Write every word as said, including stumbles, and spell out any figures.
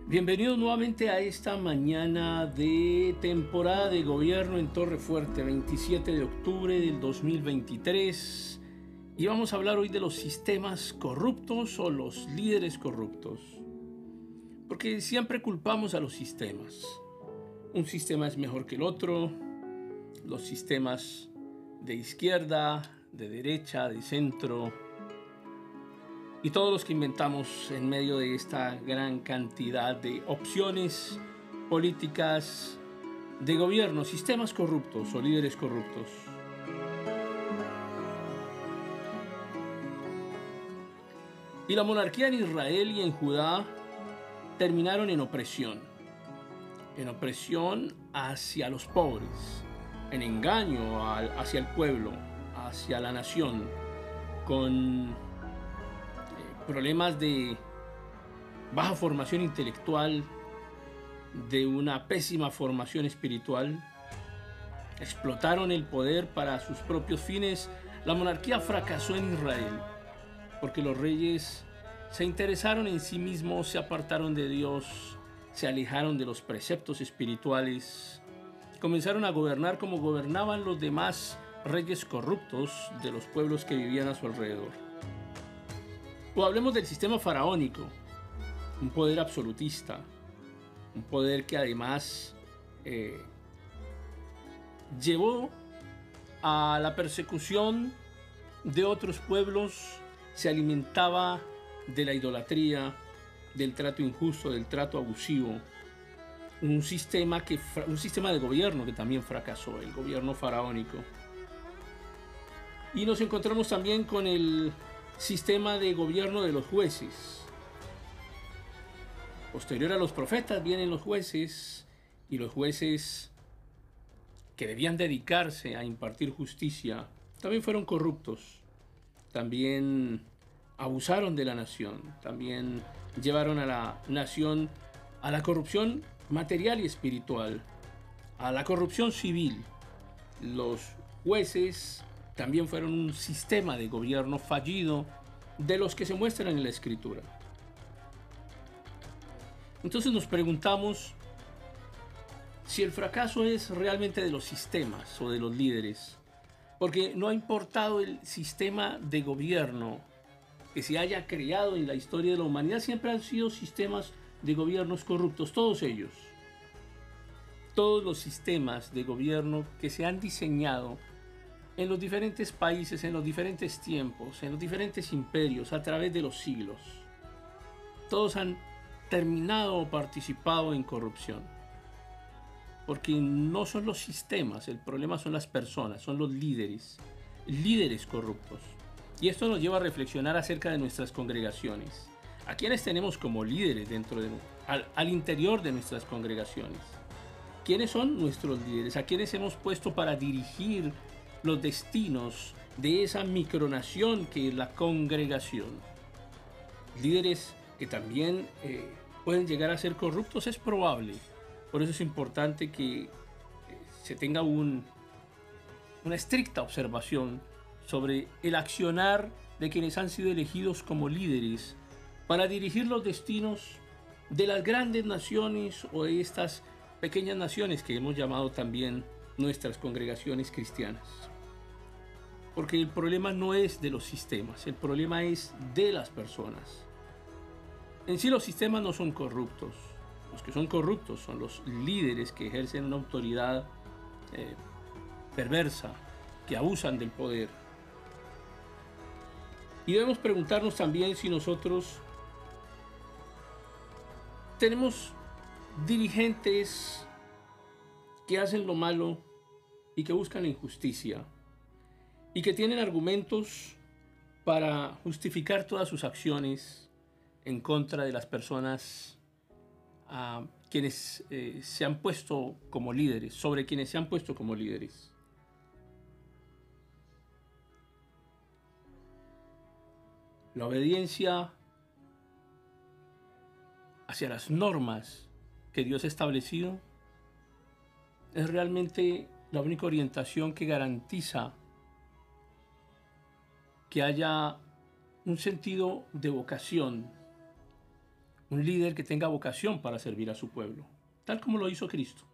Bienvenidos nuevamente a esta mañana de temporada de gobierno en Torrefuerte, veintisiete de octubre del dos mil veintitrés. Y vamos a hablar hoy de los sistemas corruptos o los líderes corruptos. Porque siempre culpamos a los sistemas. Un sistema es mejor que el otro. Los sistemas de izquierda, de derecha, de centro. Y todos los que inventamos en medio de esta gran cantidad de opciones políticas de gobierno, sistemas corruptos o líderes corruptos. Y la monarquía en Israel y en Judá terminaron en opresión. En opresión hacia los pobres, en engaño hacia el pueblo, hacia la nación, con problemas de baja formación intelectual, de una pésima formación espiritual. Explotaron el poder para sus propios fines. La monarquía fracasó en Israel porque los reyes se interesaron en sí mismos, se apartaron de Dios, se alejaron de los preceptos espirituales, comenzaron a gobernar como gobernaban los demás reyes corruptos de los pueblos que vivían a su alrededor. O hablemos del sistema faraónico, un poder absolutista, un poder que además eh, llevó a la persecución de otros pueblos, se alimentaba de la idolatría, del trato injusto, del trato abusivo, un sistema, que, un sistema de gobierno que también fracasó, el gobierno faraónico. Y nos encontramos también con el sistema de gobierno de los jueces. Posterior a los profetas vienen los jueces, y los jueces que debían dedicarse a impartir justicia también fueron corruptos, también abusaron de la nación, también llevaron a la nación a la corrupción material y espiritual, a la corrupción civil. Los jueces también fueron un sistema de gobierno fallido de los que se muestran en la Escritura. Entonces nos preguntamos si el fracaso es realmente de los sistemas o de los líderes, porque no ha importado el sistema de gobierno que se haya creado en la historia de la humanidad, siempre han sido sistemas de gobiernos corruptos, todos ellos. Todos los sistemas de gobierno que se han diseñado en los diferentes países, en los diferentes tiempos, en los diferentes imperios, a través de los siglos. Todos han terminado o participado en corrupción. Porque no son los sistemas, el problema son las personas, son los líderes, líderes corruptos. Y esto nos lleva a reflexionar acerca de nuestras congregaciones. ¿A quiénes tenemos como líderes dentro de, al, al interior de nuestras congregaciones? ¿Quiénes son nuestros líderes? ¿A quiénes hemos puesto para dirigir los destinos de esa micronación que es la congregación? Líderes que también eh, pueden llegar a ser corruptos, es probable. Por eso es importante que eh, se tenga un, una estricta observación sobre el accionar de quienes han sido elegidos como líderes para dirigir los destinos de las grandes naciones o de estas pequeñas naciones que hemos llamado también nuestras congregaciones cristianas. Porque el problema no es de los sistemas, el problema es de las personas. En sí los sistemas no son corruptos, los que son corruptos son los líderes que ejercen una autoridad eh, perversa, que abusan del poder. Y debemos preguntarnos también si nosotros tenemos dirigentes que hacen lo malo y que buscan la injusticia y que tienen argumentos para justificar todas sus acciones en contra de las personas a quienes eh, se han puesto como líderes, sobre quienes se han puesto como líderes. La obediencia hacia las normas que Dios ha establecido es realmente la única orientación que garantiza que haya un sentido de vocación, un líder que tenga vocación para servir a su pueblo, tal como lo hizo Cristo.